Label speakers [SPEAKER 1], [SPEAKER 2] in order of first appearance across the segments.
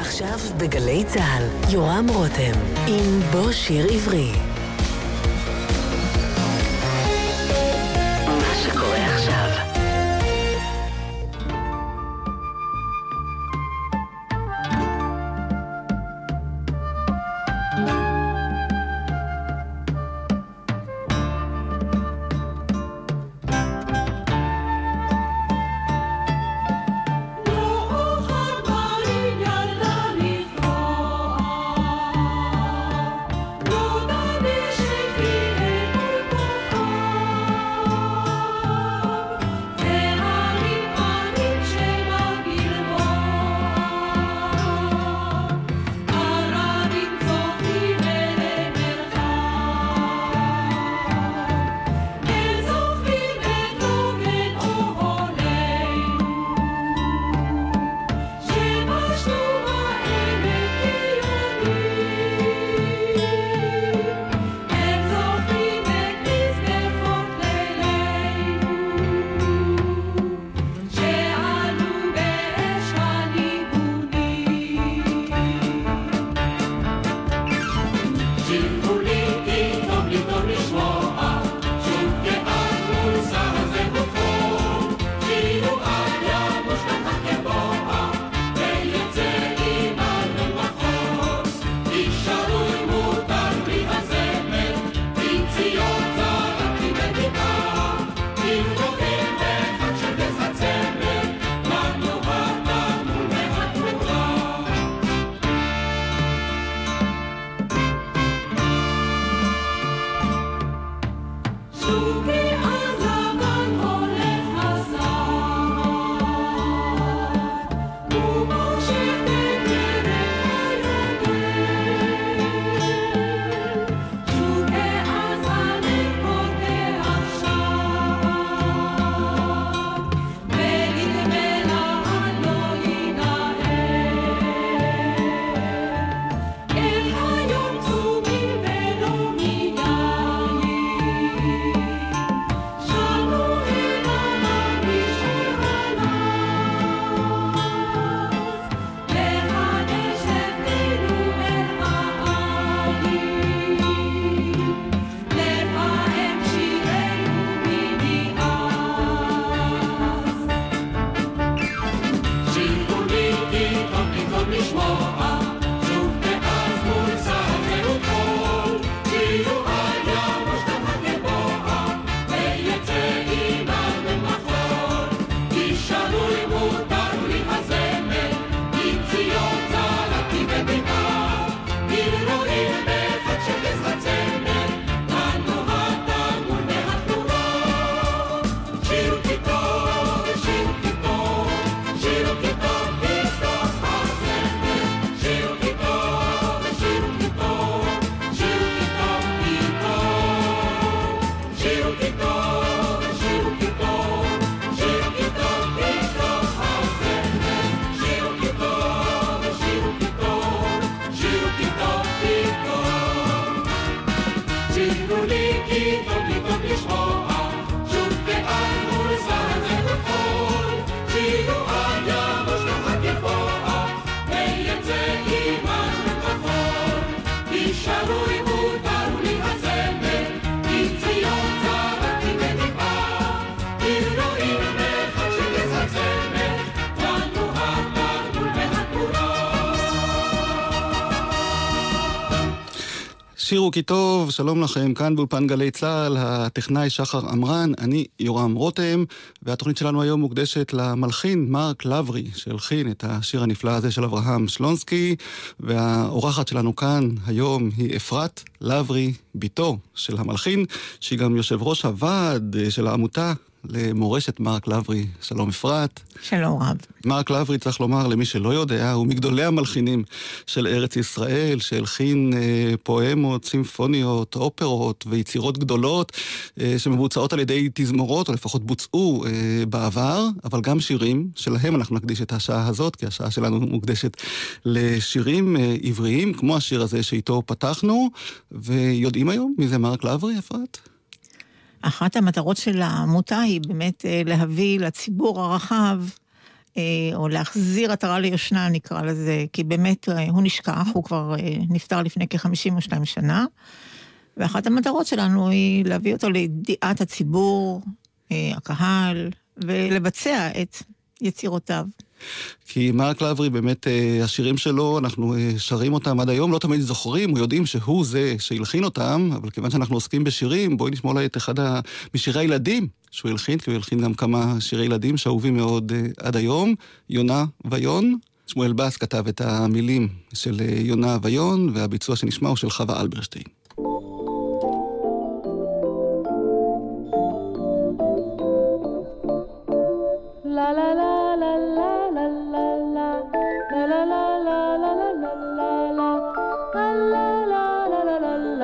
[SPEAKER 1] עכשיו בגלי צהל, יורם רותם, עם בו שיר עברי. מה שקורה עכשיו.
[SPEAKER 2] שירו כי טוב, שלום לכם, כאן באולפן גלי צהל, הטכנאי שחר אמרן, אני יורם רותם, והתוכנית שלנו היום מוקדשת למלחין מרק לברי, שהלחין את השיר הנפלא הזה של אברהם שלונסקי, והאורחת שלנו כאן היום היא אפרת לברי, ביתו של המלחין, שהיא גם יושב ראש הוועד של העמותה למורשת מרק לברי. שלום אפרת.
[SPEAKER 3] שלום רב.
[SPEAKER 2] מרק לברי, צריך לומר למי שלא יודע, הוא מגדולי המלחינים של ארץ ישראל, שהלחין פואמות, סימפוניות, אופרות ויצירות גדולות שמבוצעות על ידי תזמורות, או לפחות בוצעו בעבר, אבל גם שירים, שלהם אנחנו נקדיש את השעה הזאת, כי השעה שלנו מוקדשת לשירים עבריים, כמו השיר הזה שאיתו פתחנו, ויודעים היום מי זה מרק לברי, אפרת?
[SPEAKER 3] אחת המטרות של העמותה היא באמת להביא לציבור הרחב או להחזיר עטרה ליושנה, נקרא לזה, כי באמת הוא נשכח, הוא כבר נפטר לפני כ-52 שנה, ואחת המטרות שלנו היא להביא אותו לידיעת הציבור, הקהל, ולבצע את יצירותיו.
[SPEAKER 2] כי מרק לאברי באמת, השירים שלו, אנחנו שרים אותם עד היום, לא תמיד זוכרים, או יודעים שהוא זה שהלחין אותם, אבל כיוון שאנחנו עוסקים בשירים, בואי נשמע אולי את אחד משירי הילדים שהוא הלחין, כי הוא הלחין גם כמה שירי ילדים שאהובים מאוד עד היום, יונה ויון. שמואל בס כתב את המילים של יונה ויון, והביצוע שנשמע הוא של חווה אלברשטיין.
[SPEAKER 4] La la la la la la la la la la la la la la la la la la la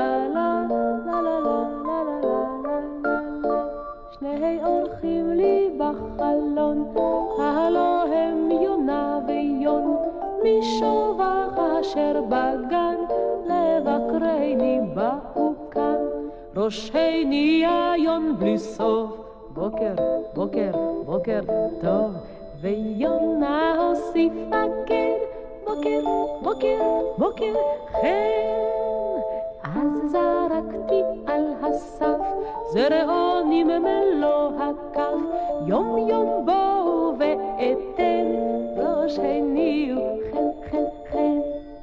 [SPEAKER 4] שני אורחים לי בחלון, הלא הם יונה ויון, משובח אשר בגן, לבקרני באו כאן, ראשני היון בלי סוף, בוקר, בוקר, בוקר טוב, ויונה הוסיפה כן, בוקר, בוקר, בוקר חן. אז זרקתי על הסף, זרעונים מלוא הכף, יום יום בואו ואתן, ראשני חן, חן, חן.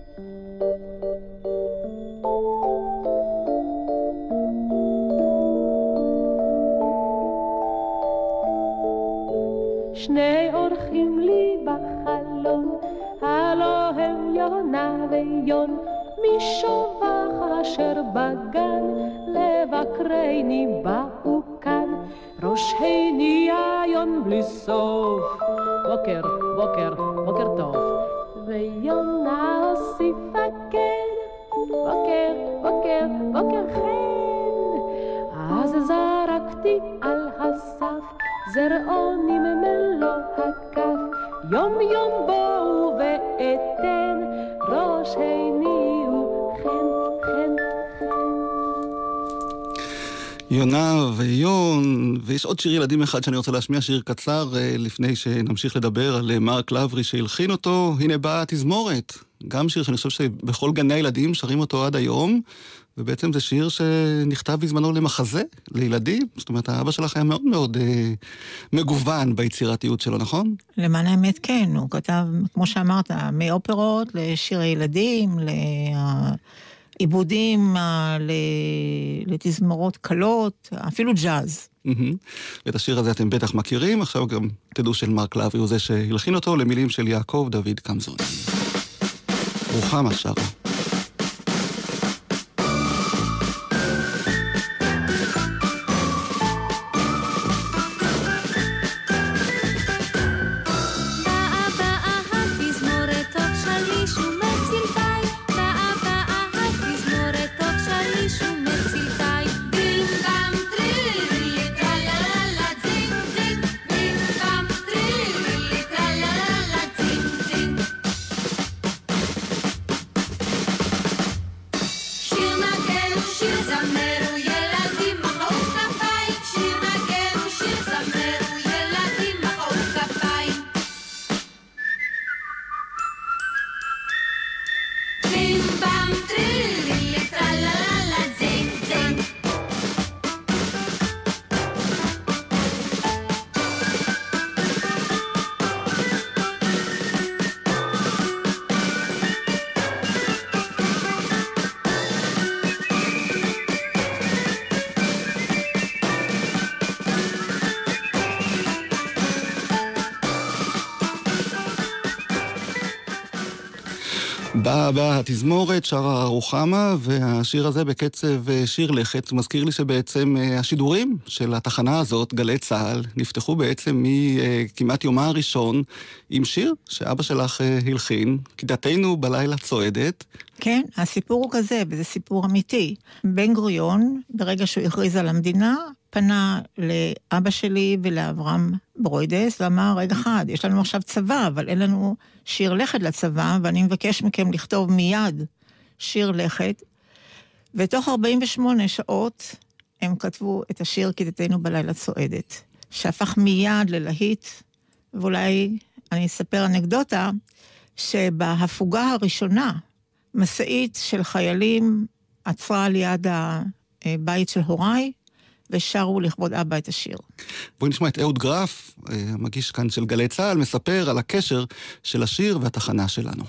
[SPEAKER 4] שני אורחים לי בחלון, הלא הם יונה ויון, משובח אשר בגן, לבקרני באו כאן, ראשני היון בלי סוף, בוקר, בוקר, בוקר טוב, ויונה הוסיפה כן, בוקר, בוקר, בוקר חן. אז זרקתי על הסף, זרעונים מלוא הכף, יום יום בואו ואתן, ראשני הוא חן, חן, חן.
[SPEAKER 2] יונה ויון, ויש עוד שיר ילדים אחד שאני רוצה להשמיע, שיר קצר לפני שנמשיך לדבר על מרק לאברי שהלחין אותו. הנה באה התזמורת, גם שיר שאני חושב שבכל גני הילדים שרים אותו עד היום, ובעצם זה שיר שנכתב בזמנו למחזה, לילדים. זאת אומרת, האבא שלך היה מאוד מאוד מגוון ביצירתיות שלו, נכון?
[SPEAKER 3] למען האמת כן, הוא כתב, כמו שאמרת, מאופרות לשיר הילדים, לעיבודים, לתזמורות קלות, אפילו ג'אז.
[SPEAKER 2] ואת השיר הזה אתם בטח מכירים, עכשיו גם תדעו של מרק לאברי הוא זה שהלחין אותו למילים של יעקב דוד קמזון. רוחמה שרה. באה התזמורת, שרה רוחמה, והשיר הזה בקצב שיר לכת, מזכיר לי שבעצם השידורים של התחנה הזאת, גלי צהל, נפתחו בעצם מכמעט יומה הראשון עם שיר שאבא שלך הלחין, כיתתנו בלילה צועדת.
[SPEAKER 3] כן, הסיפור הוא כזה, וזה סיפור אמיתי. בן גוריון, ברגע שהוא הכריז על המדינה, פנה לאבא שלי ולאברהם ברוידס, ואמר, רגע אחד, יש לנו עכשיו צבא, אבל אין לנו שיר לכת לצבא, ואני מבקש מכם לכתוב מיד שיר לכת. ותוך 48 שעות הם כתבו את השיר כיתתנו בלילה צועדת, שהפך מיד ללהיט, ואולי אני אספר אנקדוטה, שבהפוגה הראשונה, מסעית של חיילים עצרה ליד הבית של הוריי, ושרו לכבוד אבא את השיר.
[SPEAKER 2] בואי נשמע את אהוד גרף, המגיש כאן של גלי צהל, מספר על הקשר של השיר והתחנה שלנו.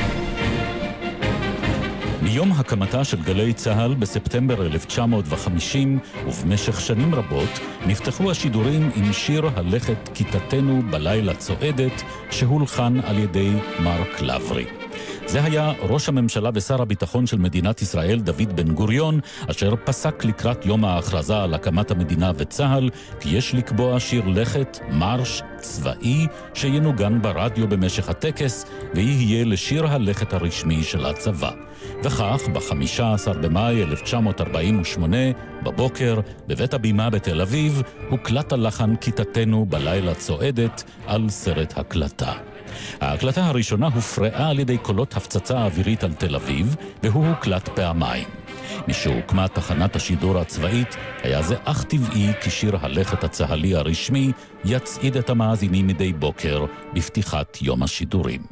[SPEAKER 5] מיום הקמתה של גלי צהל בספטמבר 1950 ובמשך שנים רבות נפתחו השידורים עם שיר הלכת כיתתנו בלילה צועדת שהולחן על ידי מרק לברי. זה היה ראש הממשלה ושר הביטחון של מדינת ישראל דוד בן גוריון, אשר פסק לקראת יום ההכרזה על הקמת המדינה וצהל, כי יש לקבוע שיר לכת, מרש צבאי, שינוגן ברדיו במשך הטקס, ויהיה לשיר הלכת הרשמי של הצבא. וכך, ב-15 במאי 1948, בבוקר, בבית הבימה בתל אביב, הוקלט הלחן כיתתנו בלילה צועדת על סרט הקלטה. ההקלטה הראשונה הופרעה על ידי קולות הפצצה האווירית על תל אביב, והוא הוקלט פעמיים. משהוקמה תחנת השידור הצבאית, היה זה אך טבעי כי שיר הלכת הצהלי הרשמי יצעיד את המאזינים מדי בוקר בפתיחת יום השידורים.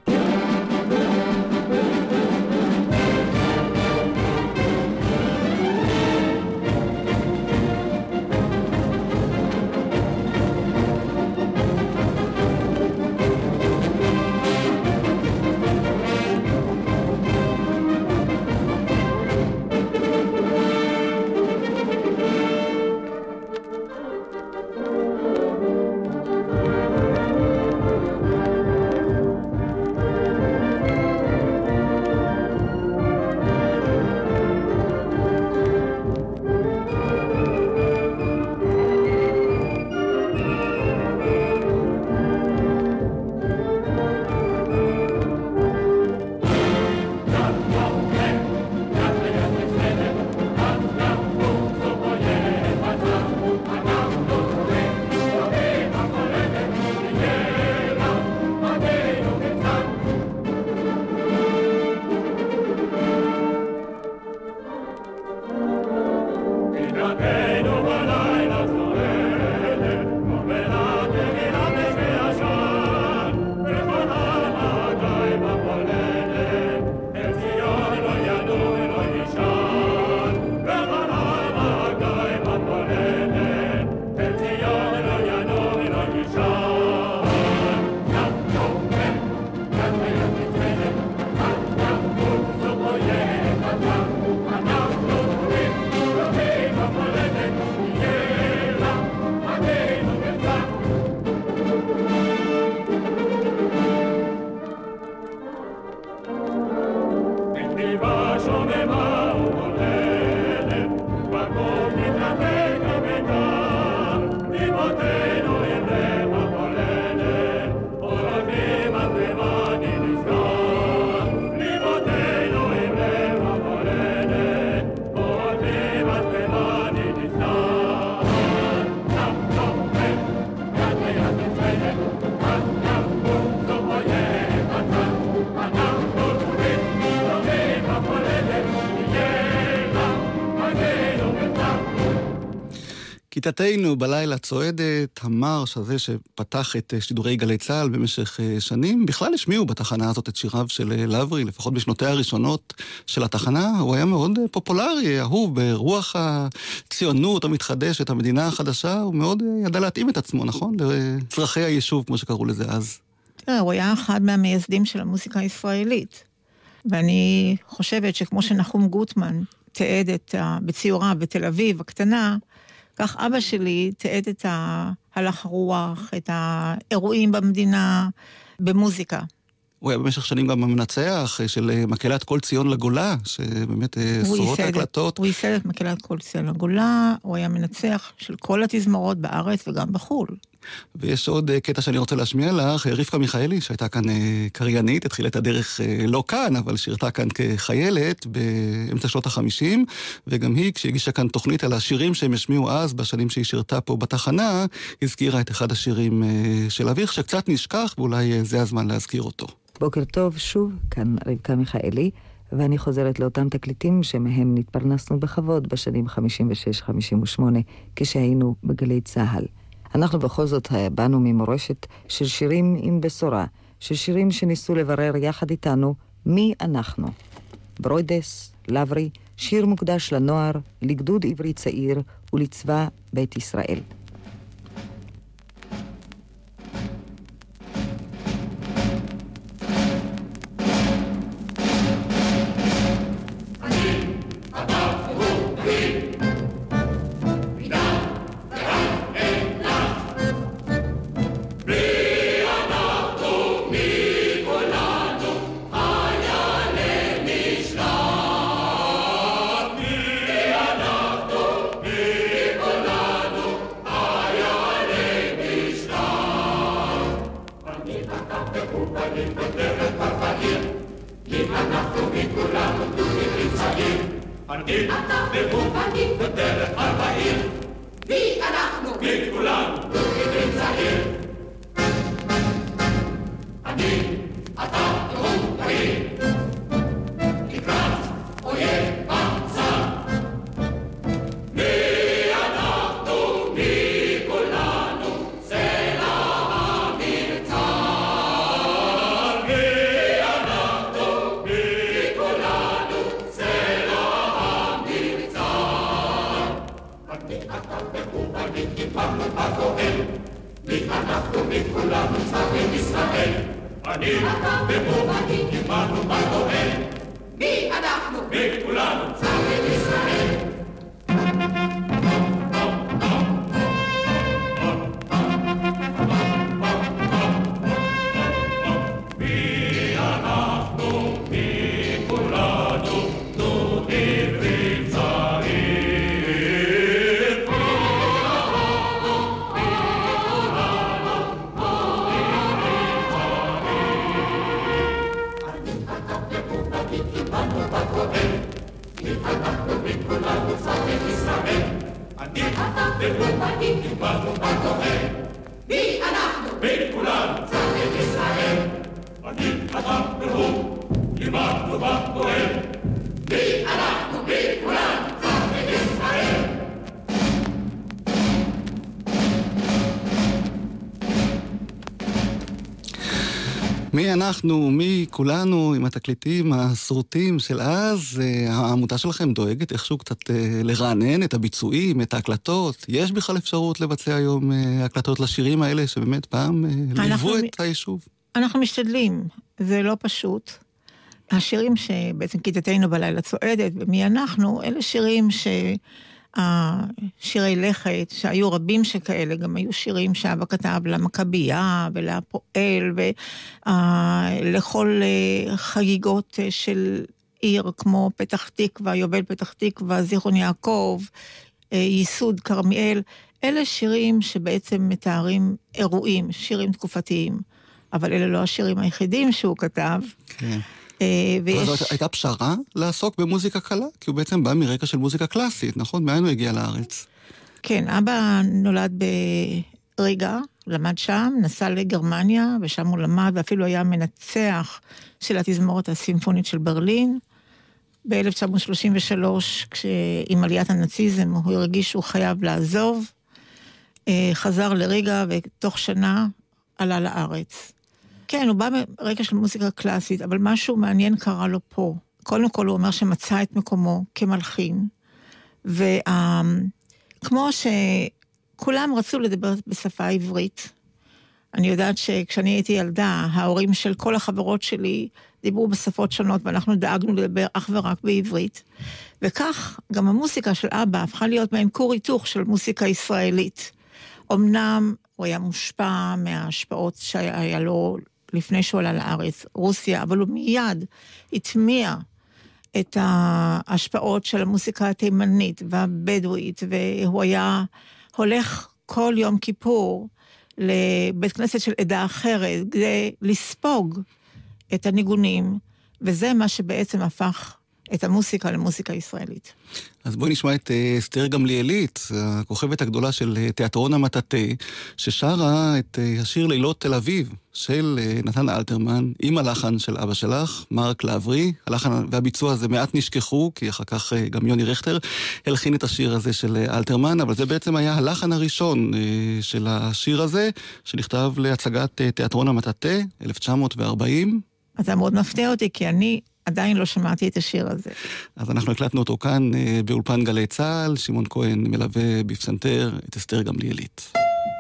[SPEAKER 2] כיתתנו בלילה צועדת, המרש הזה שפתח את שידורי גלי צהל במשך שנים, בכלל השמיעו בתחנה הזאת את שיריו של לברי, לפחות בשנותיה הראשונות של התחנה. הוא היה מאוד פופולרי, אהוב ברוח הציונות המתחדשת, המדינה החדשה, הוא מאוד ידע להתאים את עצמו, נכון? לצרכי היישוב, כמו שקראו לזה אז.
[SPEAKER 3] הוא היה אחד מהמייסדים של המוזיקה הישראלית, ואני חושבת שכמו שנחום גוטמן תיעד בציורה בתל אביב הקטנה, כך אבא שלי תיעד את הלך הרוח, את האירועים במדינה, במוזיקה.
[SPEAKER 2] הוא היה במשך שנים גם המנצח של מקהלת כל ציון לגולה, שבאמת סורות הקלטות.
[SPEAKER 3] הוא ייסד את מקהלת כל ציון לגולה, הוא היה מנצח של כל התזמורות בארץ וגם בחול.
[SPEAKER 2] ויש עוד קטע שאני רוצה להשמיע לך, רבקה מיכאלי, שהייתה כאן קריינית, התחילה את הדרך לא כאן, אבל שירתה כאן כחיילת באמצע שנות ה-50, וגם היא, כשהגישה כאן תוכנית על השירים שהם השמיעו אז, בשנים שהיא שירתה פה בתחנה, הזכירה את אחד השירים של אביך, שקצת נשכח, ואולי זה הזמן להזכיר אותו.
[SPEAKER 6] בוקר טוב, שוב, כאן רבקה מיכאלי, ואני חוזרת לאותם תקליטים שמהם נתפרנסנו בכבוד בשנים 56-58, כשהיינו בגלי צהל. אנחנו בכל זאת באנו ממורשת של שירים עם בשורה, של שירים שניסו לברר יחד איתנו מי אנחנו. ברוידס, לברי, שיר מוקדש לנוער, לגדוד עברי צעיר ולצבא בית ישראל.
[SPEAKER 2] מי אנחנו, מי כולנו, עם התקליטים הסרוטים של אז, העמותה שלכם דואגת איכשהו קצת לרענן את הביצועים, את ההקלטות. יש בכלל אפשרות לבצע היום הקלטות לשירים האלה, שבאמת פעם ליוו את היישוב?
[SPEAKER 3] אנחנו משתדלים, זה לא פשוט. השירים שבעצם כיתתנו בלילה צועדת, ומי אנחנו, אלה שירים שירי לכת, שהיו רבים שכאלה, גם היו שירים שאבא כתב למכבייה ולפועל ולכל חגיגות של עיר כמו פתח תקווה, יובל פתח תקווה, זיכרון יעקב, ייסוד כרמיאל. אלה שירים שבעצם מתארים אירועים, שירים תקופתיים, אבל אלה לא השירים היחידים שהוא כתב.
[SPEAKER 2] כן. ויש... הייתה פשרה לעסוק במוזיקה קלה? כי הוא בעצם בא מרקע של מוזיקה קלאסית, נכון? מאין הוא הגיע לארץ?
[SPEAKER 3] כן, אבא נולד בריגה, למד שם, נסע לגרמניה, ושם הוא למד, ואפילו היה מנצח של התזמורת הסימפונית של ברלין. ב-1933, עם עליית הנאציזם, הוא הרגיש שהוא חייב לעזוב, חזר לריגה, ותוך שנה עלה לארץ. כן, הוא בא ברקע של מוזיקה קלאסית, אבל משהו מעניין קרה לו פה. קודם כל הוא אומר שמצא את מקומו כמלחין, וכמו שכולם רצו לדבר בשפה העברית, אני יודעת שכשאני הייתי ילדה, ההורים של כל החברות שלי דיברו בשפות שונות, ואנחנו דאגנו לדבר אך ורק בעברית. וכך גם המוזיקה של אבא הפכה להיות מעין כור היתוך של מוזיקה ישראלית. אמנם הוא היה מושפע מההשפעות שהיה לו לפני שהוא עלה לארץ, רוסיה, אבל הוא מיד התמיע את ההשפעות של המוזיקה התימנית והבדואית, והוא היה הולך כל יום כיפור לבית כנסת של עדה אחרת, כדי לספוג את הניגונים, וזה מה שבעצם הפך את המוסיקה למוסיקה ישראלית.
[SPEAKER 2] אז בואי נשמע את אסתר גמליאלית, הכוכבת הגדולה של תיאטרון המטאטה, ששרה את השיר לילות תל אביב של נתן אלתרמן, עם הלחן של אבא שלך, מרק לעברי. הלחן והביצוע הזה מעט נשכחו, כי אחר כך גם יוני רכטר הלחין את השיר הזה של אלתרמן, אבל זה בעצם היה הלחן הראשון של השיר הזה, שנכתב להצגת תיאטרון המטאטה, 1940.
[SPEAKER 3] אז זה מאוד מפתיע אותי, כי אני עדיין לא שמעתי את השיר הזה.
[SPEAKER 2] אז אנחנו הקלטנו אותו כאן באולפן גלי צהל, שמעון כהן מלווה בפסנתר את אסתר גמליאלית.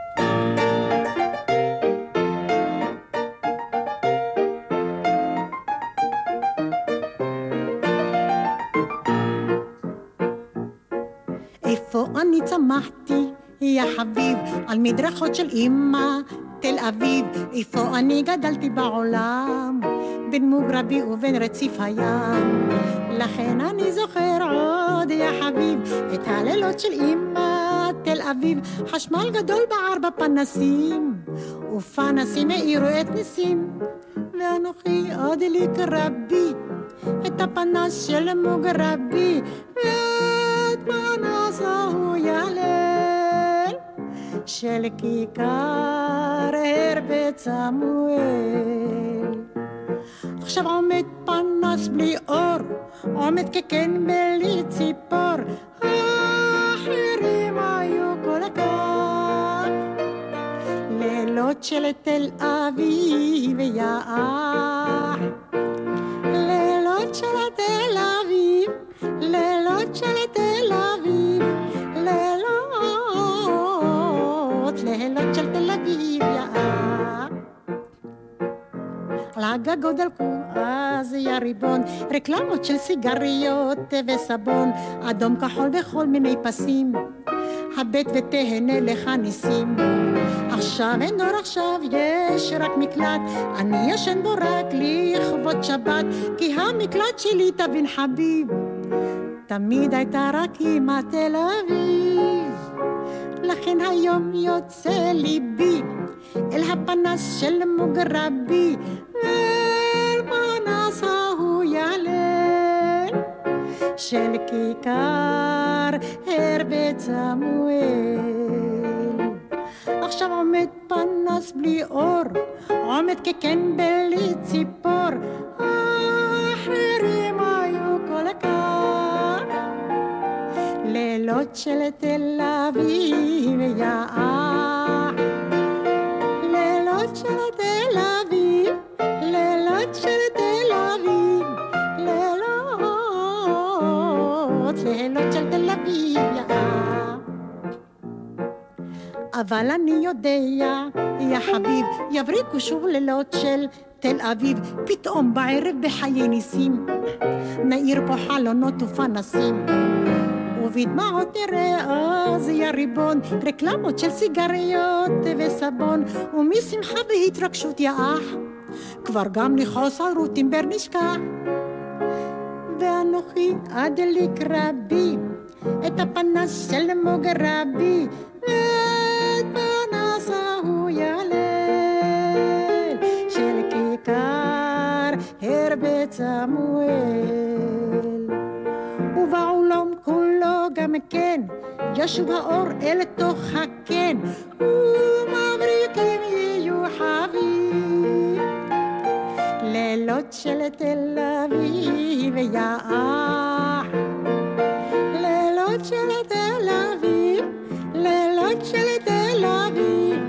[SPEAKER 7] איפה אני צמחתי, יא חביב, על מדרכות של אמא, תל אביב. איפה אני גדלתי בעולם, בין מוגרבי ובין רציף הים. לכן אני זוכר עוד, יא חביב, את הלילות של אמא, תל אביב. חשמל גדול בער בפנסים, ופנסים העירו את ניסים. ואנוכי עוד לקרבי, את הפנס של מוגרבי, ואת פנס ההוא יעלל, של כיכר הרבית סמואל. עכשיו עומד פנס בלי אור, עומד כקן בלי ציפור, האחרים היו כל כך. לילות של תל אביב יאח, לילות של תל אביב, לילות של תל אביב, לילות של תל אביב יאח. על הגגות דלקו אז יא ריבון, רקלמות של סיגריות וסבון, אדום כחול וכל מיני פסים, הבט ותהנה לך ניסים. עכשיו אין אור, עכשיו יש רק מקלט, אני ישן בו רק לכבוד שבת, כי המקלט שלי תבין חביב, תמיד הייתה רק אמא תל אביב. לכן היום יוצא ליבי אל הפנס של מוגרבי, ואל פנס ההוא יעלל, של כיכר הרבית סמואל. עכשיו עומד פנס בלי אור, עומד כקן בלי ציפור, האחרים היו כל כך. לילות של תל אביב יאח, לילות של תל אביב, לילות של תל אביב, לילות של תל אביב יאח. אבל אני יודע, יא חביב, יבריקו שוב לילות של תל אביב, פתאום בערב בחיי ניסים, נעיר פה חלונות ופנסים, ובדמעות נראה אז יא ריבון, רקלמות של סיגריות וסבון, ומשמחה בהתרגשות יאח, כבר גם לכעוס על רוטנברג נשכח. ואנוכי עד לקרבי, את הפנס של מוגרבי, ואת פנס ההוא יעלל, של כיכר הרבית סמואל. ובעולם כולו גם כן ישוב האור אל תוך הקן, ומבריקים יהיו חביב. לילות של תל אביב יאח, לילות של תל אביב, לילות של תל אביב,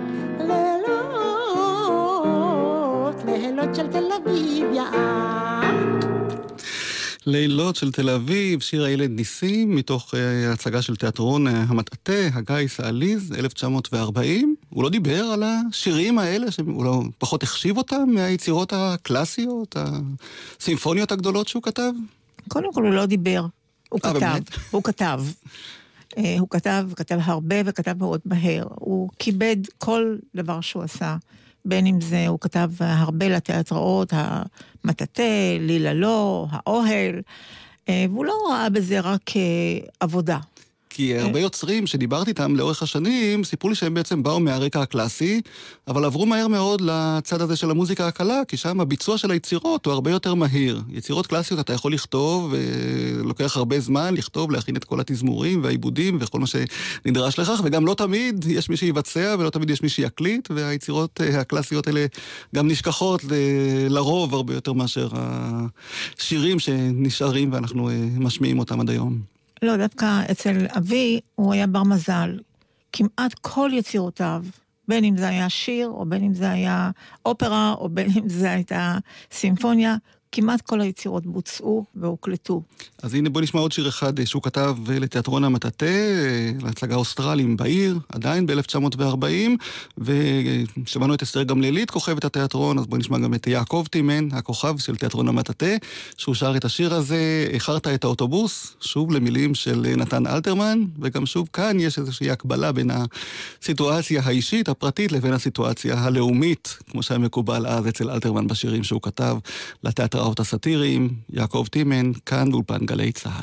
[SPEAKER 7] לילות של תל אביב יאח.
[SPEAKER 2] לילות של תל אביב, שיר הילד ניסים, מתוך הצגה של תיאטרון המטאטה, הגיס העליז, 1940. הוא לא דיבר על השירים האלה, שהוא לא פחות החשיב אותם מהיצירות הקלאסיות, הסימפוניות הגדולות שהוא כתב?
[SPEAKER 3] קודם כל הוא לא דיבר, הוא כתב. הוא כתב הרבה וכתב מאוד מהר. הוא כיבד כל דבר שהוא עשה. בין אם זה, הוא כתב הרבה לתיאטראות, המטאטה, לילה לא, האוהל, והוא לא ראה בזה רק עבודה.
[SPEAKER 2] כי הרבה יוצרים שדיברתי איתם לאורך השנים, סיפרו לי שהם בעצם באו מהרקע הקלאסי, אבל עברו מהר מאוד לצד הזה של המוזיקה הקלה, כי שם הביצוע של היצירות הוא הרבה יותר מהיר. יצירות קלאסיות אתה יכול לכתוב, לוקח הרבה זמן לכתוב, להכין את כל התזמורים והעיבודים וכל מה שנדרש לכך, וגם לא תמיד יש מי שיבצע ולא תמיד יש מי שיקליט, והיצירות הקלאסיות האלה גם נשכחות לרוב הרבה יותר מאשר השירים שנשארים ואנחנו משמיעים אותם עד היום.
[SPEAKER 3] לא, דווקא אצל אבי הוא היה בר מזל. כמעט כל יצירותיו, בין אם זה היה שיר, או בין אם זה היה אופרה, או בין אם זה הייתה סימפוניה, כמעט כל היצירות בוצעו והוקלטו.
[SPEAKER 2] אז הנה בוא נשמע עוד שיר אחד שהוא כתב לתיאטרון המטאטה, להצגה אוסטרלים בעיר, עדיין ב-1940, ושמענו את אסתר גמליאלית, כוכבת התיאטרון, אז בוא נשמע גם את יעקב טימן, הכוכב של תיאטרון המטאטה, שהוא שר את השיר הזה, איחרת את האוטובוס, שוב למילים של נתן אלתרמן, וגם שוב כאן יש איזושהי הקבלה בין הסיטואציה האישית, הפרטית, לבין הסיטואציה הלאומית, כמו שהיה מקובל אז אצל אלתרמן בשירים שהוא כתב לתיאטראות הסאטיריים. יעקב טימן, כאן באולפן גלי צהל.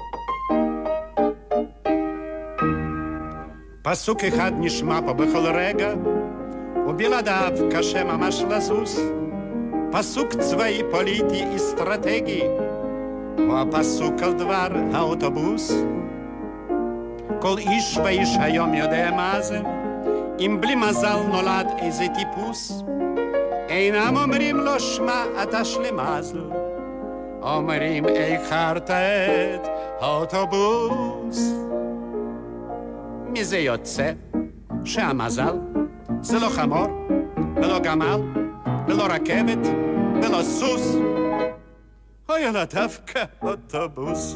[SPEAKER 8] פסוק אחד נשמע פה בכל רגע, ובלעדיו קשה ממש לזוז. פסוק צבאי, פוליטי, אסטרטגי, הוא הפסוק על דבר האוטובוס. כל איש ואיש היום יודע מה זה, אם בלי מזל נולד איזה טיפוס. אינם אומרים לו שמע אתה שלמזל, אומרים איחרת את האוטובוס. מזה יוצא שהמזל זה לא חמור ולא גמל ולא רכבת ולא סוס, אוי אלא דווקא אוטובוס.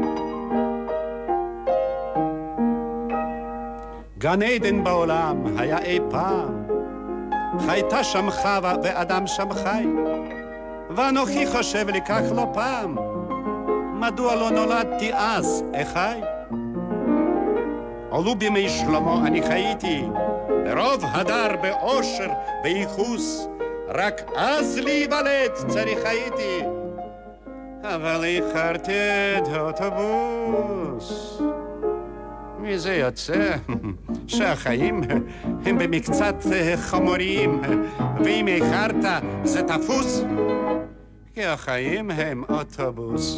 [SPEAKER 8] גן עדן בעולם היה אי פעם, חייתה שם חווה ואדם שם חי, ואנוכי חושב לכך לא פעם, מדוע לא נולדתי אז, אחי? עלו בימי שלמה אני חייתי, ברוב הדר באושר וייחוס, רק אז להיוולד צריך הייתי, אבל איחרתי את האוטובוס. מזה יוצא שהחיים הם במקצת חמוריים, ואם איחרת זה תפוס, כי החיים הם אוטובוס.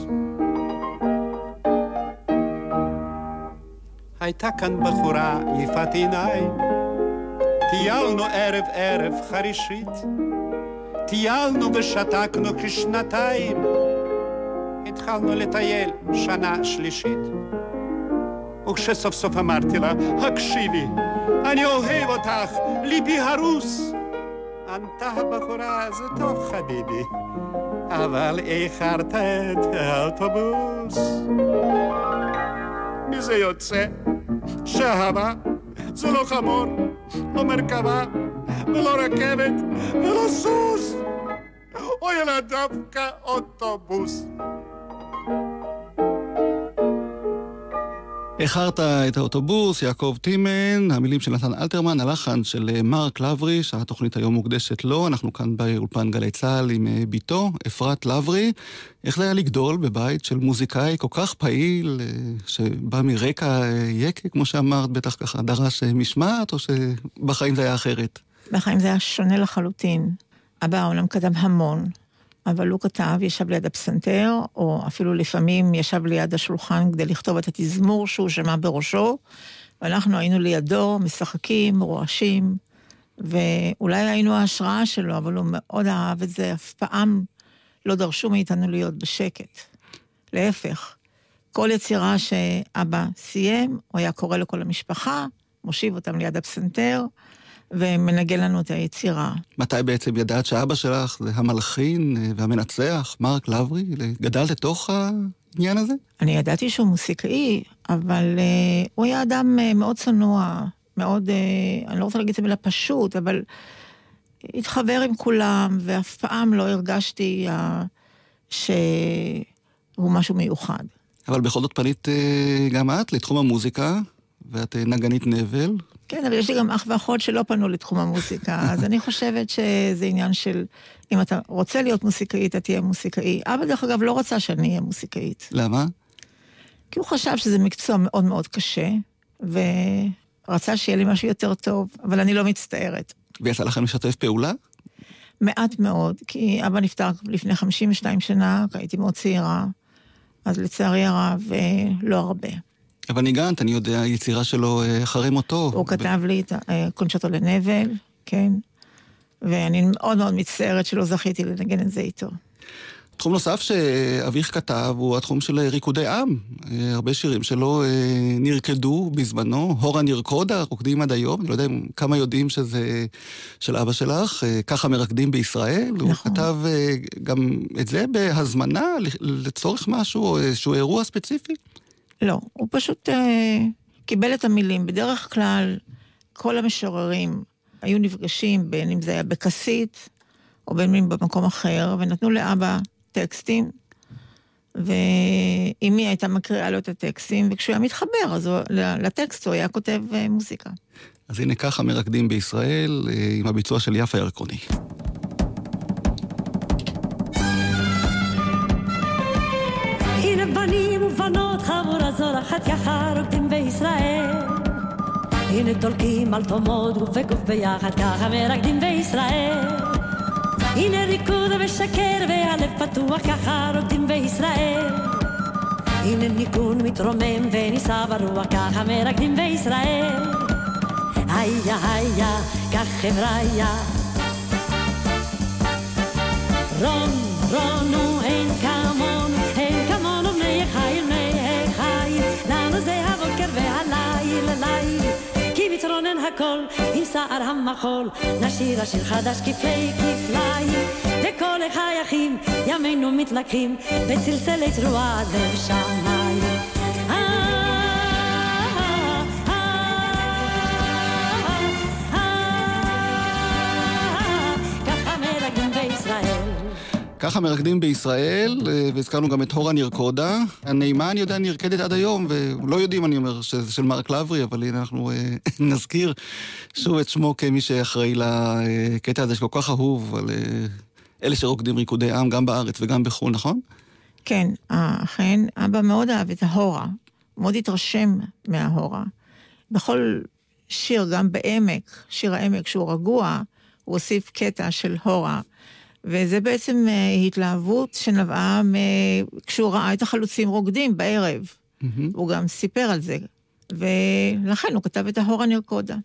[SPEAKER 8] הייתה כאן בחורה יפת עיניים, טיילנו ערב ערב חרישית, טיילנו ושתקנו כשנתיים, התחלנו לטייל שנה שלישית. וכשסוף סוף אמרתי לה, הקשיבי, אני אוהב אותך, ליבי הרוס. ענתה הבחורה, זה טוב חביבי, אבל איחרת את האוטובוס. מזה יוצא שההבה זה לא חמור, לא מרכבה, ולא רכבת, ולא סוס, אוי אלא דווקא אוטובוס.
[SPEAKER 2] איחרת את האוטובוס, יעקב טימן, המילים של נתן אלתרמן, הלחן של מרק לברי, שהתוכנית היום מוקדשת לו. אנחנו כאן באולפן גלי צהל עם ביתו, אפרת לברי. איך זה היה לגדול בבית של מוזיקאי כל כך פעיל, שבא מרקע יקה, כמו שאמרת, בטח ככה דרש משמעת, או שבחיים זה היה אחרת?
[SPEAKER 3] בחיים זה היה שונה לחלוטין. אבא העולם קדם המון, אבל הוא כתב, ישב ליד הפסנתר, או אפילו לפעמים ישב ליד השולחן כדי לכתוב את התזמור שהוא שמע בראשו, ואנחנו היינו לידו, משחקים, רועשים, ואולי היינו ההשראה שלו, אבל הוא מאוד אהב את זה, אף פעם לא דרשו מאיתנו להיות בשקט. להפך, כל יצירה שאבא סיים, הוא היה קורא לכל המשפחה, מושיב אותם ליד הפסנתר, ומנגן לנו את היצירה.
[SPEAKER 2] מתי בעצם ידעת שאבא שלך זה המלחין והמנצח, מרק לברי? גדלת לתוך העניין הזה?
[SPEAKER 3] אני ידעתי שהוא מוסיקאי, אבל הוא היה אדם מאוד צנוע, מאוד, אני לא רוצה להגיד את המילה פשוט, אבל התחבר עם כולם, ואף פעם לא הרגשתי שהוא משהו מיוחד.
[SPEAKER 2] אבל בכל זאת פנית גם את לתחום המוזיקה, ואת נגנית נבל.
[SPEAKER 3] כן, אבל יש לי גם אח ואחות שלא פנו לתחום המוזיקה, אז אני חושבת שזה עניין של, אם אתה רוצה להיות מוסיקאית, אתה תהיה מוסיקאי. אבא דרך אגב לא רצה שאני אהיה מוסיקאית.
[SPEAKER 2] למה?
[SPEAKER 3] כי הוא חשב שזה מקצוע מאוד מאוד קשה, ורצה שיהיה לי משהו יותר טוב, אבל אני לא מצטערת.
[SPEAKER 2] ויצא לכם לשתף פעולה?
[SPEAKER 3] מעט מאוד, כי אבא נפטר לפני 52 שנה, הייתי מאוד צעירה, אז לצערי הרב לא הרבה.
[SPEAKER 2] אבל ניגנת, אני יודע, היצירה שלו אחרי מותו.
[SPEAKER 3] הוא כתב לי את קונצ'רטו לנבל, כן, ואני מאוד מאוד מצטערת שלא זכיתי לנגן את זה איתו.
[SPEAKER 2] תחום נוסף שאביך כתב הוא התחום של ריקודי עם. הרבה שירים שלו נרקדו בזמנו. הורה נרקודה, רוקדים עד היום. אני לא יודע כמה יודעים שזה של אבא שלך. ככה מרקדים בישראל. נכון. הוא כתב גם את זה בהזמנה לצורך משהו או איזשהו אירוע ספציפי?
[SPEAKER 3] לא, הוא פשוט קיבל את המילים. בדרך כלל כל המשוררים היו נפגשים, בין אם זה היה בקסית או בין אם במקום אחר, ונתנו לאבא טקסטים, ואמי הייתה מקריאה לו את הטקסטים, וכשהוא היה מתחבר, אז לטקסט הוא היה כותב מוזיקה.
[SPEAKER 2] אז הנה ככה מרקדים בישראל, עם הביצוע של יפה ירקוני.
[SPEAKER 9] הנה בנים ובנות חבורה זורחת ככה רוקדים בישראל, הנה דולקים על תומות גוף וגוף ביחד ככה מרקדים בישראל, הנה ריקוד ושקר והלב פתוח ככה רוקדים בישראל, הנה ניגון מתרומם וניסה ברוח ככה מרקדים בישראל, היה היה כך חבריה רון רונו אין כמונו בני חיל בני חיל, לנו זה הבוקר והליל ליל, כי מתרונן הכל עם שער המחול, נשיר השיר חדש כפלי כפלי, וכל החייכים ימינו מתלקחים בצלצלי תרועה לב שמיים. ככה מרקדים בישראל.
[SPEAKER 2] ככה מרקדים בישראל, והזכרנו גם את הורה נרקודה. הנעימה, אני יודע, נרקדת עד היום, ולא יודעים, אני אומר, שזה של מרק לברי, אבל הנה אנחנו נזכיר שוב את שמו כמי שאחראי לקטע הזה שכל כך אהוב, על אלה שרוקדים ריקודי עם, גם בארץ וגם בחו"ל, נכון?
[SPEAKER 3] כן, אכן, אבא מאוד אהב את ההורה, מאוד התרשם מההורה. בכל שיר, גם בעמק, שיר העמק שהוא רגוע, הוא הוסיף קטע של הורה, וזה בעצם התלהבות שנבעה כשהוא ראה את החלוצים רוקדים בערב. הוא גם סיפר על זה, ולכן הוא כתב את ההורה נרקודה.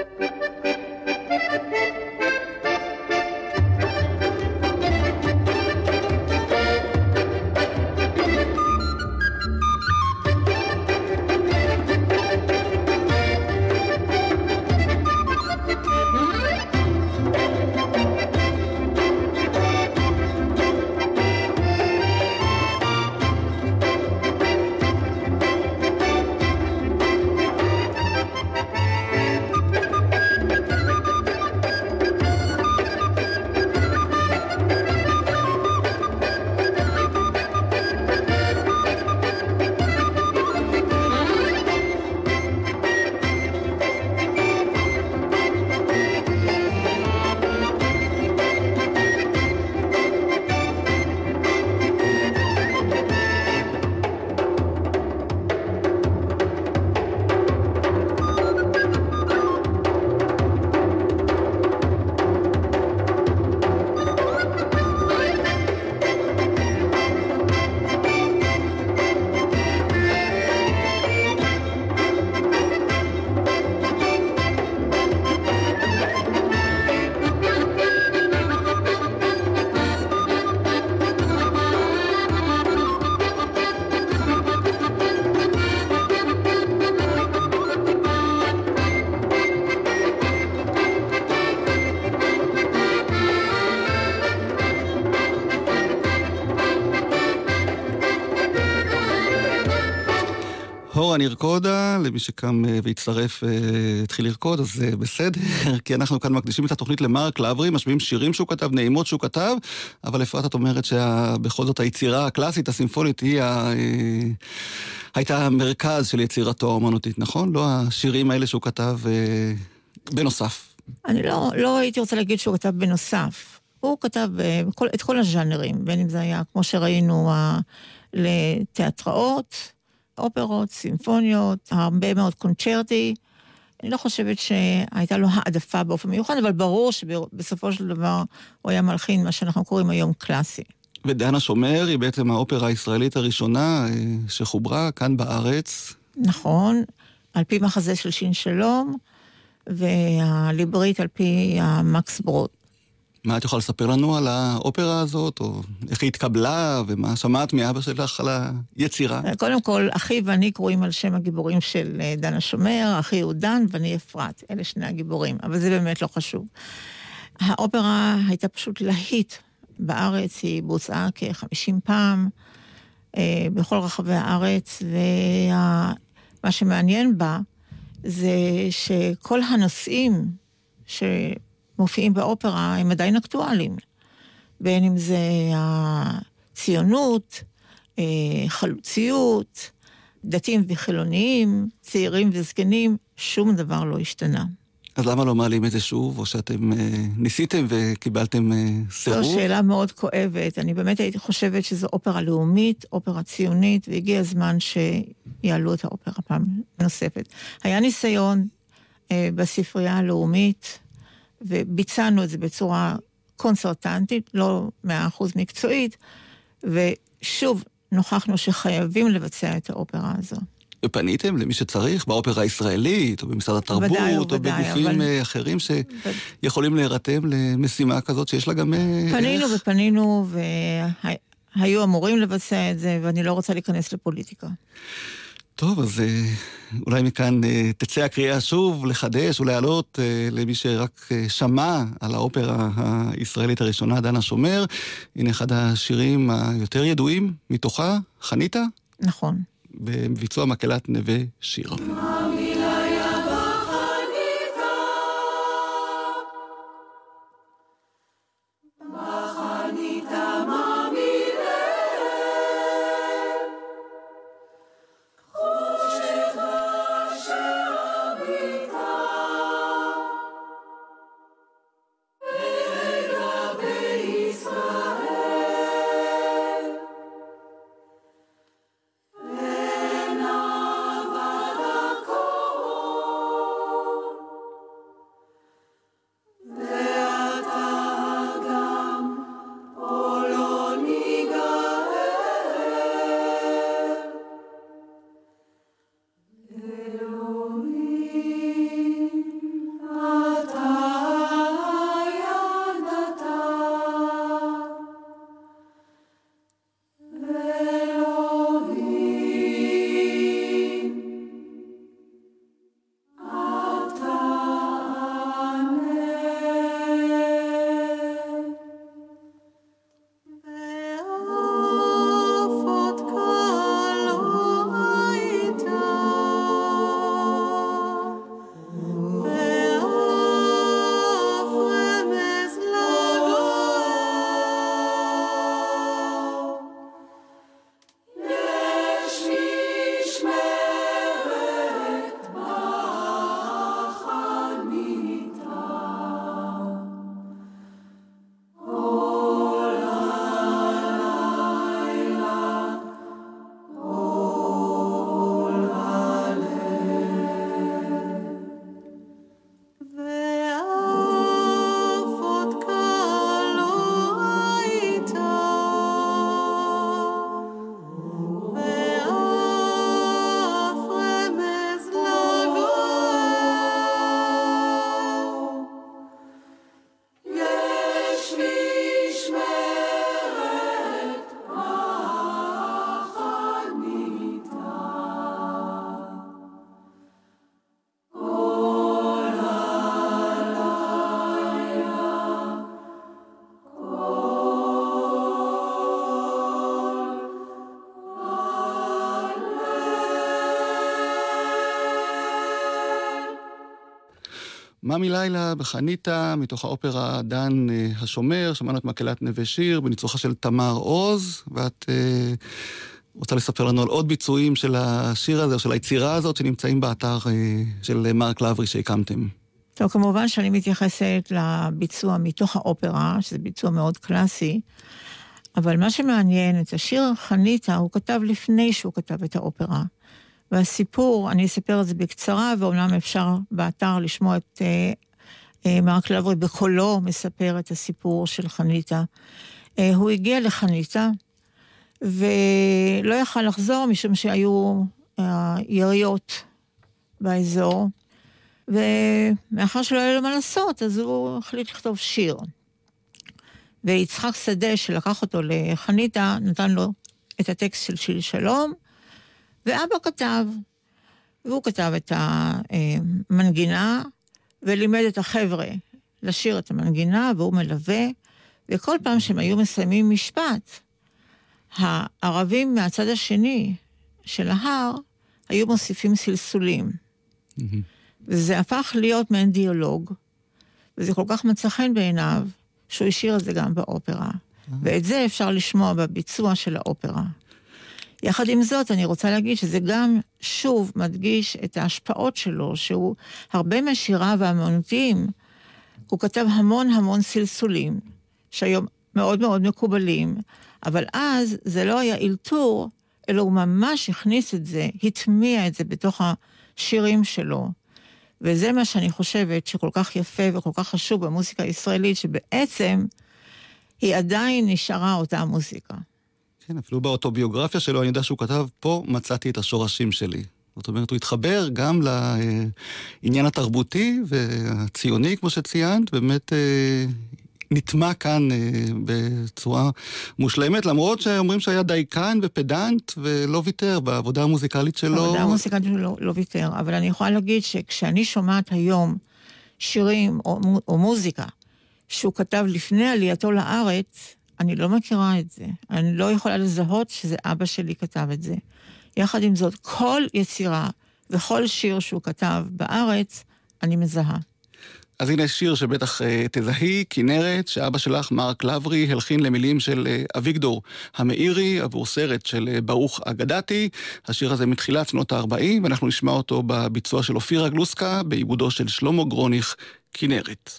[SPEAKER 2] הורה נרקודה, למי שקם והצטרף התחיל לרקוד, אז זה בסדר, כי אנחנו כאן מקדישים את התוכנית למרק לברי, משמיעים שירים שהוא כתב, נעימות שהוא כתב, אבל אפרת את אומרת שבכל זאת היצירה הקלאסית, הסימפונית, היא הייתה המרכז של יצירתו האומנותית, נכון? לא השירים האלה שהוא כתב בנוסף.
[SPEAKER 3] אני לא הייתי רוצה להגיד שהוא כתב בנוסף. הוא כתב את כל הז'אנרים, בין אם זה היה, כמו שראינו, לתיאטראות, אופרות, סימפוניות, הרבה מאוד קונצ'רטי. אני לא חושבת שהייתה לו העדפה באופן מיוחד, אבל ברור שבסופו של דבר הוא היה מלחין מה שאנחנו קוראים היום קלאסי.
[SPEAKER 2] ודן השומר היא בעצם האופרה הישראלית הראשונה שחוברה כאן בארץ.
[SPEAKER 3] נכון, על פי מחזה של שין שלום, והליברית על פי המקס ברוד.
[SPEAKER 2] מה את יכולה לספר לנו על האופרה הזאת, או איך היא התקבלה, ומה שמעת מאבא שלך על היצירה?
[SPEAKER 3] קודם כל, אחי ואני קרואים על שם הגיבורים של דן השומר, אחי הוא דן ואני אפרת, אלה שני הגיבורים, אבל זה באמת לא חשוב. האופרה הייתה פשוט להיט בארץ, היא בוצעה כ-50 פעם, בכל רחבי הארץ, ומה שמעניין בה, זה שכל הנושאים שמופיעים באופרה הם עדיין אקטואליים. בין אם זה הציונות, חלוציות, דתיים וחילוניים, צעירים וזקנים, שום דבר לא השתנה.
[SPEAKER 2] אז למה לא מעלים את זה שוב, או שאתם ניסיתם וקיבלתם סירוב?
[SPEAKER 3] זו שאלה מאוד כואבת. אני באמת הייתי חושבת שזו אופרה לאומית, אופרה ציונית, והגיע הזמן שיעלו את האופרה פעם נוספת. היה ניסיון בספרייה הלאומית, וביצענו את זה בצורה קונסרטנטית, לא 100% מקצועית, ושוב נוכחנו שחייבים לבצע את האופרה הזו.
[SPEAKER 2] ופניתם למי שצריך, באופרה הישראלית, או במשרד התרבות, או בגופים אחרים שיכולים להירתם למשימה כזאת שיש לה גם
[SPEAKER 3] פנינו, והיו אמורים לבצע את זה, ואני לא רוצה להיכנס לפוליטיקה.
[SPEAKER 2] טוב, אז אולי מכאן תצא הקריאה שוב לחדש ולהעלות למי שרק שמע על האופרה הישראלית הראשונה, דן השומר. הנה אחד השירים היותר ידועים מתוכה, חניתה?
[SPEAKER 3] נכון.
[SPEAKER 2] בביצוע מקהלת נווה שיר. ממי לילה בחניתה, מתוך האופרה דן השומר, שמענו את מקהלת נווה שיר, בניצוחה של תמר עוז, ואת רוצה לספר לנו על עוד ביצועים של השיר הזה, או של היצירה הזאת, שנמצאים באתר של מרק לברי שהקמתם.
[SPEAKER 3] טוב, כמובן שאני מתייחסת לביצוע מתוך האופרה, שזה ביצוע מאוד קלאסי, אבל מה שמעניין, את השיר חניתה, הוא כתב לפני שהוא כתב את האופרה. והסיפור, אני אספר את זה בקצרה, ואומנם אפשר באתר לשמוע את מרק לברי בקולו מספר את הסיפור של חניתה. הוא הגיע לחניתה, ולא יכל לחזור משום שהיו יריות באזור, ומאחר שלא היה לו מה לעשות, אז הוא החליט לכתוב שיר. ויצחק שדה שלקח אותו לחניתה, נתן לו את הטקסט של שיר שלום, ואבא כתב, והוא כתב את המנגינה, ולימד את החבר'ה לשיר את המנגינה, והוא מלווה, וכל פעם שהם היו מסיימים משפט, הערבים מהצד השני של ההר, היו מוסיפים סלסולים. וזה הפך להיות מעין דיאלוג, וזה כל כך מצא חן בעיניו, שהוא השאיר את זה גם באופרה. ואת זה אפשר לשמוע בביצוע של האופרה. יחד עם זאת, אני רוצה להגיד שזה גם שוב מדגיש את ההשפעות שלו, שהוא הרבה מהשיריו האמנותיים, הוא כתב המון סלסולים, שהיום מאוד מאוד מקובלים, אבל אז זה לא היה אילתור, אלא הוא ממש הכניס את זה, הטמיע את זה בתוך השירים שלו. וזה מה שאני חושבת שכל כך יפה וכל כך חשוב במוזיקה הישראלית, שבעצם היא עדיין נשארה אותה המוזיקה.
[SPEAKER 2] כן, אפילו באוטוביוגרפיה שלו, אני יודע שהוא כתב, פה מצאתי את השורשים שלי. זאת אומרת, הוא התחבר גם לעניין התרבותי והציוני, כמו שציינת, באמת נטמע כאן בצורה מושלמת, למרות שאומרים שהיה דייקן ופדנט ולא ויתר בעבודה המוזיקלית שלו.
[SPEAKER 3] בעבודה המוזיקלית שלו לא ויתר, אבל אני יכולה להגיד שכשאני שומעת היום שירים או מוזיקה שהוא כתב לפני עלייתו לארץ, אני לא מכירה את זה. אני לא יכולה לזהות שזה אבא שלי כתב את זה. יחד עם זאת, כל יצירה וכל שיר שהוא כתב בארץ, אני מזהה.
[SPEAKER 2] אז הנה שיר שבטח תזהי, כנרת, שאבא שלך, מרק לברי, הלחין למילים של אביגדור המאירי, עבור סרט של ברוך אגדתי. השיר הזה מתחילת שנות ה-40, ואנחנו נשמע אותו בביצוע של אופירה גלוסקה, בעיבודו של שלמה גרוניך, כנרת.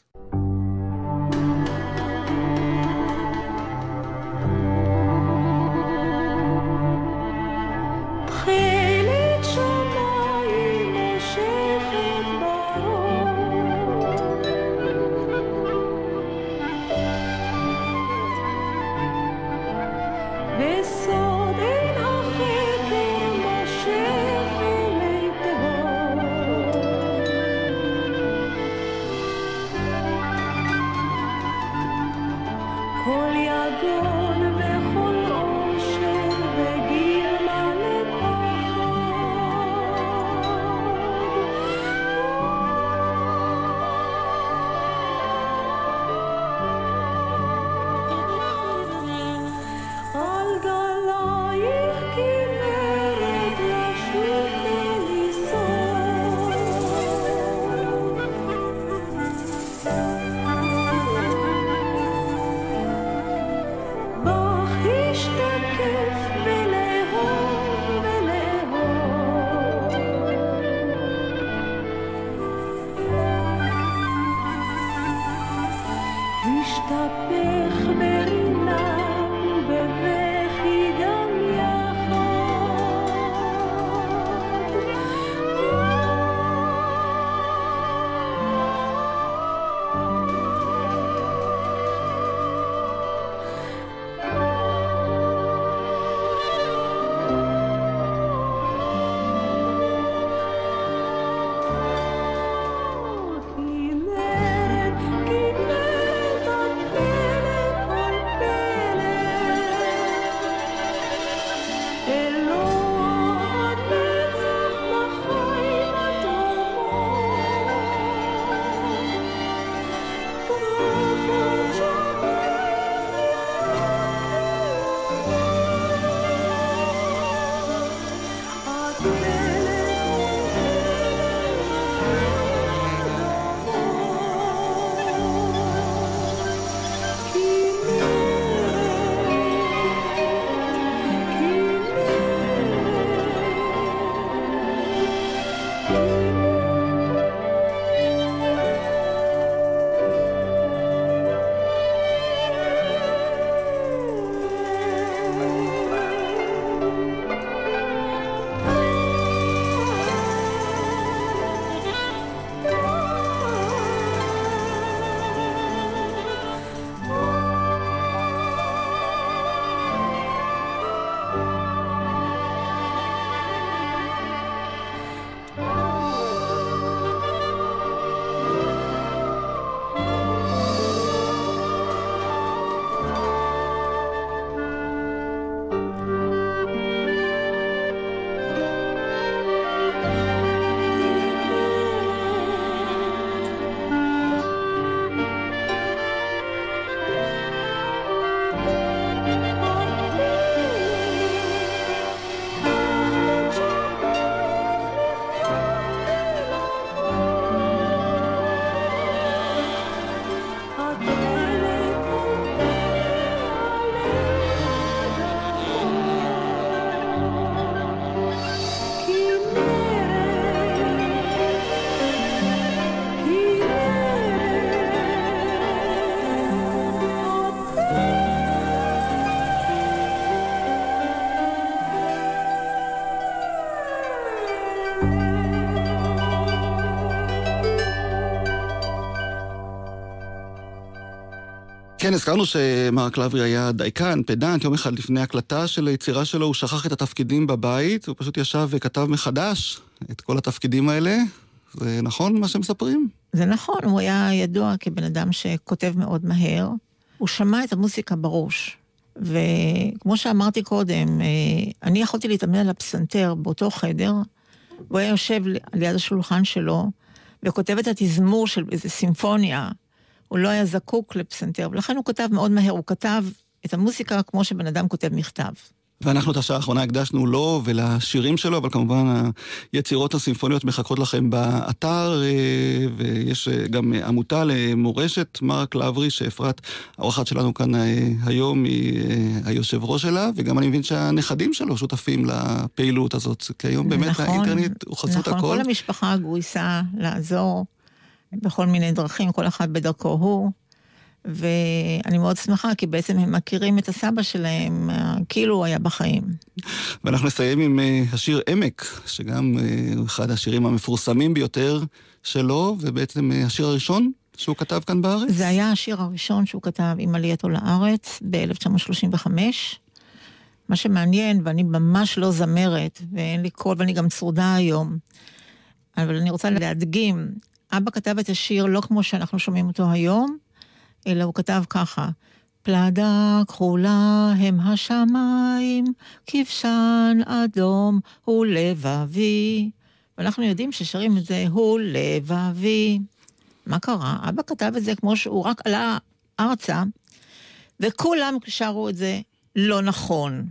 [SPEAKER 2] כן, הזכרנו שמרק לאברי היה דייקן, פדנט. יום אחד לפני הקלטה של היצירה שלו הוא שכח את התפקידים בבית, הוא פשוט ישב וכתב מחדש את כל התפקידים האלה. זה נכון מה שמספרים?
[SPEAKER 3] זה נכון, הוא היה ידוע כבן אדם שכותב מאוד מהר. הוא שמע את המוזיקה בראש. וכמו שאמרתי קודם, אני יכולתי להתאמן על הפסנתר באותו חדר, והוא היה יושב ליד השולחן שלו, וכותב את התזמור של איזו סימפוניה. הוא לא היה זקוק לפסנתר, ולכן הוא כתב מאוד מהר, הוא כתב את המוזיקה כמו שבן אדם כותב מכתב.
[SPEAKER 2] ואנחנו את השעה האחרונה הקדשנו לו ולשירים שלו, אבל כמובן היצירות הסימפוניות מחכות לכם באתר, ויש גם עמותה למורשת מרק לאברי, שאפרת, האורחת שלנו כאן היום, היא היושב ראש שלה, וגם אני מבין שהנכדים שלו שותפים לפעילות הזאת, כי היום באמת נכון, האינטרנט הוא חסות הכל.
[SPEAKER 3] נכון, כל המשפחה גויסה לעזור בכל מיני דרכים, כל אחד בדרכו הוא. ואני מאוד שמחה, כי בעצם הם מכירים את הסבא שלהם, כאילו הוא היה בחיים.
[SPEAKER 2] ואנחנו נסיים עם השיר עמק, שגם הוא אחד השירים המפורסמים ביותר שלו, ובעצם השיר הראשון שהוא כתב כאן בארץ.
[SPEAKER 3] זה היה השיר הראשון שהוא כתב עם עלייתו לארץ, ב-1935. מה שמעניין, ואני ממש לא זמרת, ואין לי קול, ואני גם צרודה היום, אבל אני רוצה להדגים, אבא כתב את השיר לא כמו שאנחנו שומעים אותו היום, אלא הוא כתב ככה, פלדה כחולה הם השמיים, כבשן אדום הוא לבבי. ואנחנו יודעים ששרים את זה, הוא לבבי. מה קרה? אבא כתב את זה כמו שהוא רק עלה ארצה, וכולם שרו את זה לא נכון.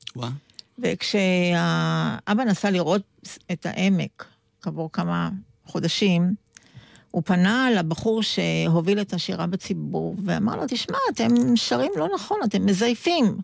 [SPEAKER 3] וכשאבא נסע לראות את העמק, כעבור כמה חודשים, הוא פנה לבחור שהוביל את השירה בציבור, ואמר לו, תשמע, אתם שרים לא נכון, אתם מזייפים.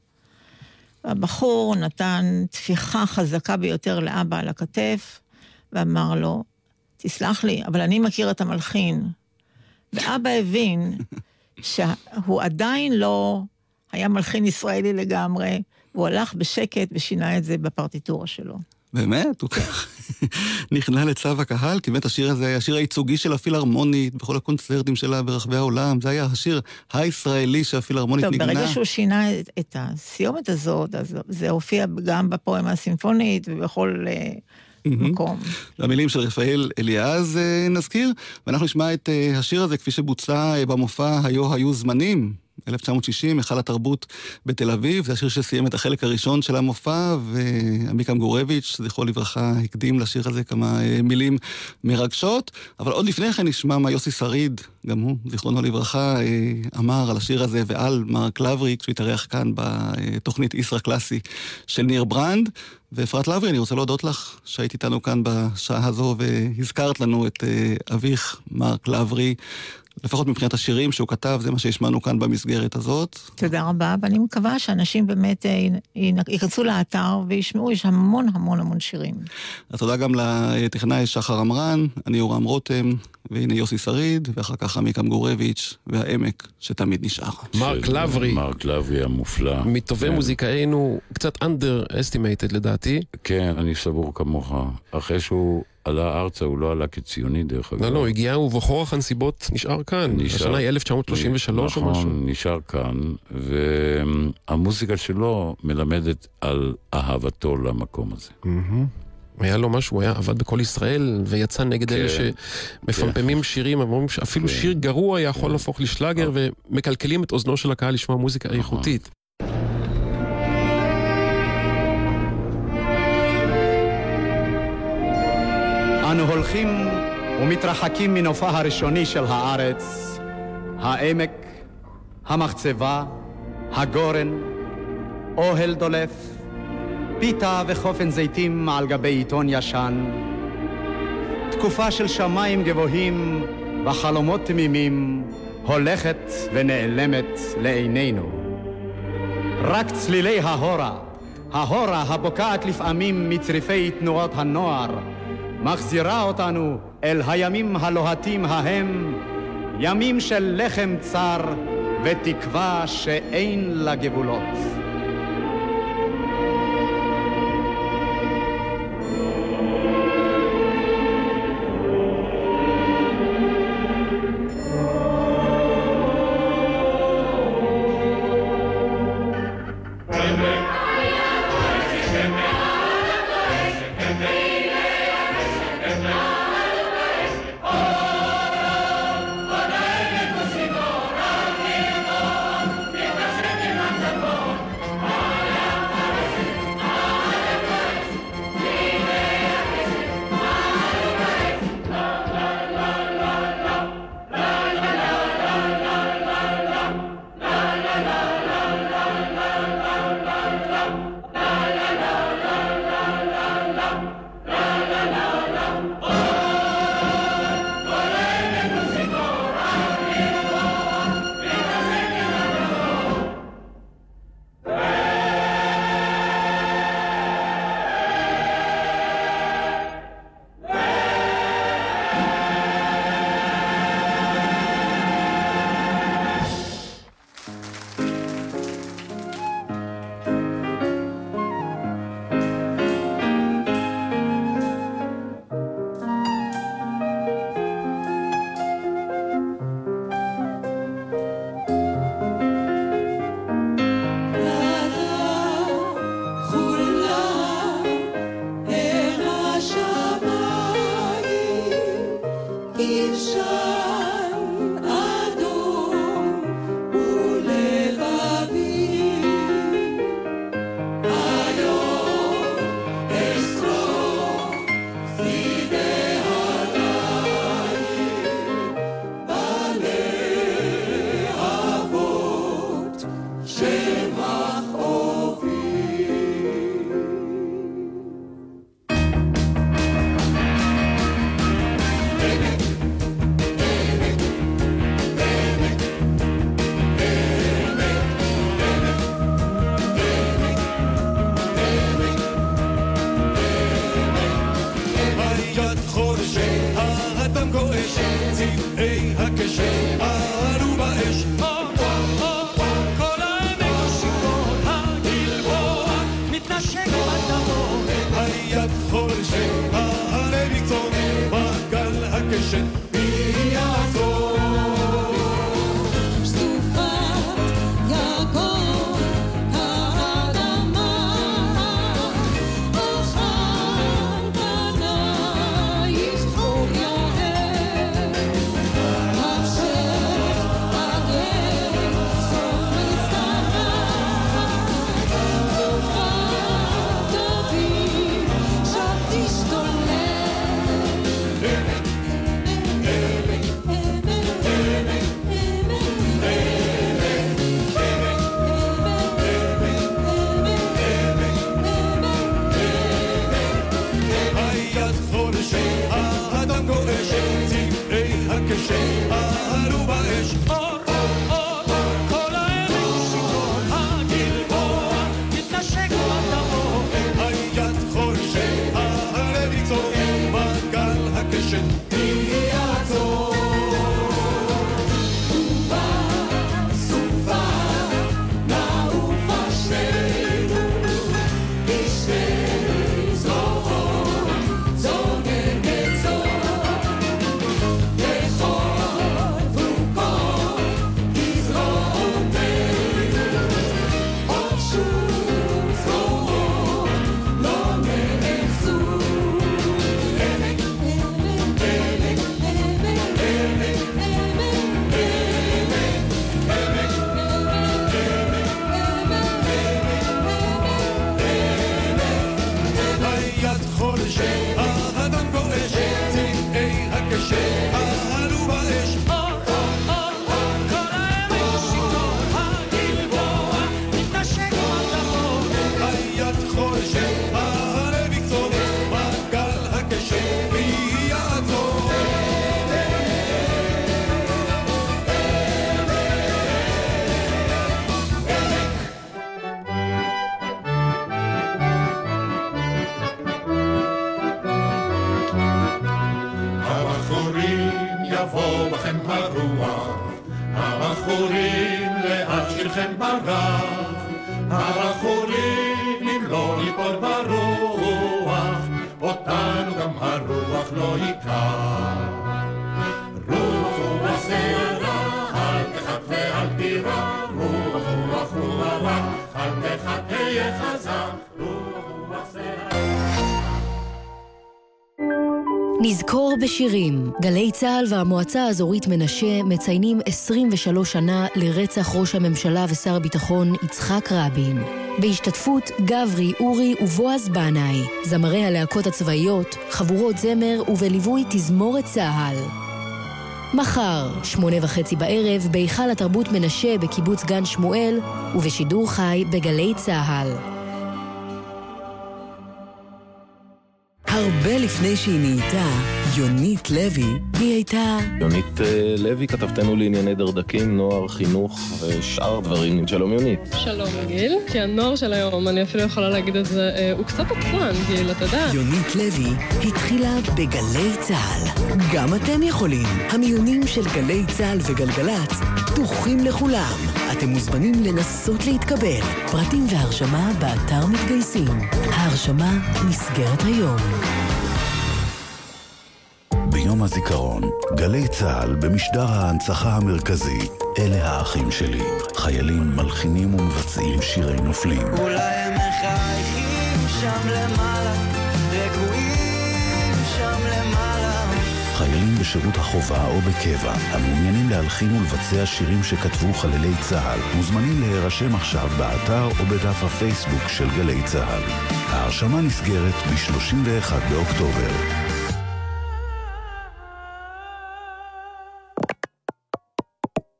[SPEAKER 3] והבחור נתן תפיחה חזקה ביותר לאבא על הכתף, ואמר לו, תסלח לי, אבל אני מכיר את המלחין. ואבא הבין שהוא עדיין לא היה מלחין ישראלי לגמרי, והוא הלך בשקט ושינה את זה בפרטיטורה שלו.
[SPEAKER 2] באמת, הוא כך נכנע לצו הקהל, כי באמת השיר הזה היה השיר הייצוגי של הפילהרמונית, בכל הקונצרטים שלה ברחבי העולם, זה היה השיר הישראלי שהפילהרמונית נגנה.
[SPEAKER 3] ברגע שהוא שינה את הסיומת הזאת, אז זה הופיע גם בפואמה הסימפונית ובכל מקום.
[SPEAKER 2] המילים של רפאל אליעז נזכיר, ואנחנו נשמע את השיר הזה כפי שבוצע במופע היו זמנים, 1960, היכל התרבות בתל אביב. זה השיר שסיים את החלק הראשון של המופע, ועמיקם גורביץ', זכרו לברכה, הקדים לשיר הזה כמה מילים מרגשות. אבל עוד לפני כן נשמע מה יוסי שריד, גם הוא, זכרונו לברכה, אמר על השיר הזה ועל מרק לאברי, כשהוא התארח כאן בתוכנית ישרא קלאסי של ניר ברנד. ואפרת לאברי, אני רוצה להודות לך שהיית איתנו כאן בשעה הזו, והזכרת לנו את אביך מרק לאברי, לפחות מבחינת השירים שהוא כתב, זה מה שישמענו כאן במסגרת הזאת.
[SPEAKER 3] תודה רבה, ואני מקווה שאנשים באמת ייכנסו לאתר וישמעו, יש המון המון המון שירים.
[SPEAKER 2] אז תודה גם לטכנאי שחר אמרן, אני יורם רותם, והנה יוסי שריד, ואחר כך עמיקם גורביץ' והעמק שתמיד נשאר.
[SPEAKER 10] מרק לאברי.
[SPEAKER 5] מרק לאברי המופלא.
[SPEAKER 10] מטובי מוזיקאינו, קצת underestimated לדעתי.
[SPEAKER 5] כן, אני סבור כמוך. אחרי שהוא עלה ארצה, הוא לא עלה כציוני דרך אגב.
[SPEAKER 10] לא, הגיע ובחורח הנסיבות נשאר כאן. השנה היא 1933 או משהו.
[SPEAKER 5] נכון, נשאר כאן, והמוזיקה שלו מלמדת על אהבתו למקום הזה.
[SPEAKER 10] היה לו משהו, הוא היה עבד בכל ישראל, ויצא נגד אלה שמפמפמים שירים, אפילו שיר גרוע יכול להפוך לשלאגר, ומקלקלים את אוזנו של הקהל לשמוע מוזיקה איכותית.
[SPEAKER 8] אנו הולכים ומתרחקים מנופה הראשוני של הארץ, העמק, המחצבה, הגורן, אוהל דולף, פיתה וחופן זיתים על גבי עיתון ישן, תקופה של שמיים גבוהים וחלומות תמימים הולכת ונעלמת לעינינו. רק צלילי ההורה הבוקעת לפעמים מצריפי תנועות הנוער, מחזירה אותנו אל הימים הלוהטים ההם, ימים של לחם צר ותקווה שאין לה גבולות.
[SPEAKER 11] באש, צבעי הקשר עלו באש. כל העמק שיכור הגלבוע מתנשק בדמו, היד חול שהלב יקצור בגל הקשת מי יעזור. שעלו באש, אור, אור, אור, כל העמק שיכור הגלבוע מתנשק בדמו, היד חול שהלב יקצור בגל הקשת מי יעצור. סופה נעופה שנינו בשתי זרועות זו נגד זו, שעלו באש, כל העמק שיכור הגלבוע מתנשק בדמו, היד חול שהלב יקצור בגל הקשת מי יעצור.
[SPEAKER 12] יבוא בכם הרוח, הבחורים לאט שירכם ברח, הבחורים אם לא ניפול ברוח, אותנו גם הרוח לא ייקח. רוח הסערה, אל תחת ואל תירא, רוח הרע, אל תחת תהיה חזק, רוח הסערה.
[SPEAKER 13] נזכור בשירים. גלי צהל והמועצה האזורית מנשה מציינים 23 שנה לרצח ראש הממשלה ושר הביטחון יצחק רבין. בהשתתפות גברי, אורי ובועז בנאי, זמרי הלהקות הצבאיות, חבורות זמר ובליווי תזמורת צהל. מחר, 8:30 בערב, בהיכל התרבות מנשה בקיבוץ גן שמואל ובשידור חי בגלי צהל.
[SPEAKER 1] הרבה לפני שהיא נהייתה יונית לוי, היא הייתה...
[SPEAKER 14] יונית לוי, כתבתנו לענייני דרדקים, נוער, חינוך ושאר דברים. שלום יונית.
[SPEAKER 15] שלום גיל, כי הנוער של היום, אני אפילו יכולה להגיד את זה, הוא קצת עצלן, גיל, אתה יודע.
[SPEAKER 1] יונית לוי התחילה בגלי צהל. גם אתם יכולים. המיונים של גלי צהל וגלגלת פתוחים לכולם. אתם מוזמנים לנסות להתקבל. פרטים והרשמה באתר מתגייסים. ההרשמה נסגרת היום.
[SPEAKER 16] ביום הזיכרון, גלי צהל במשדר ההנצחה המרכזי, אלה האחים שלי. חיילים מלחינים ומבצעים שירי נופלים.
[SPEAKER 17] אולי הם מחייכים שם למעלה, רגועים שם למעלה.
[SPEAKER 16] חיילים בשירות החובה או בקבע, המעוניינים להלחין ולבצע שירים שכתבו חללי צהל, מוזמנים להירשם עכשיו באתר או בדף הפייסבוק של גלי צהל. ההרשמה נסגרת ב-31 באוקטובר.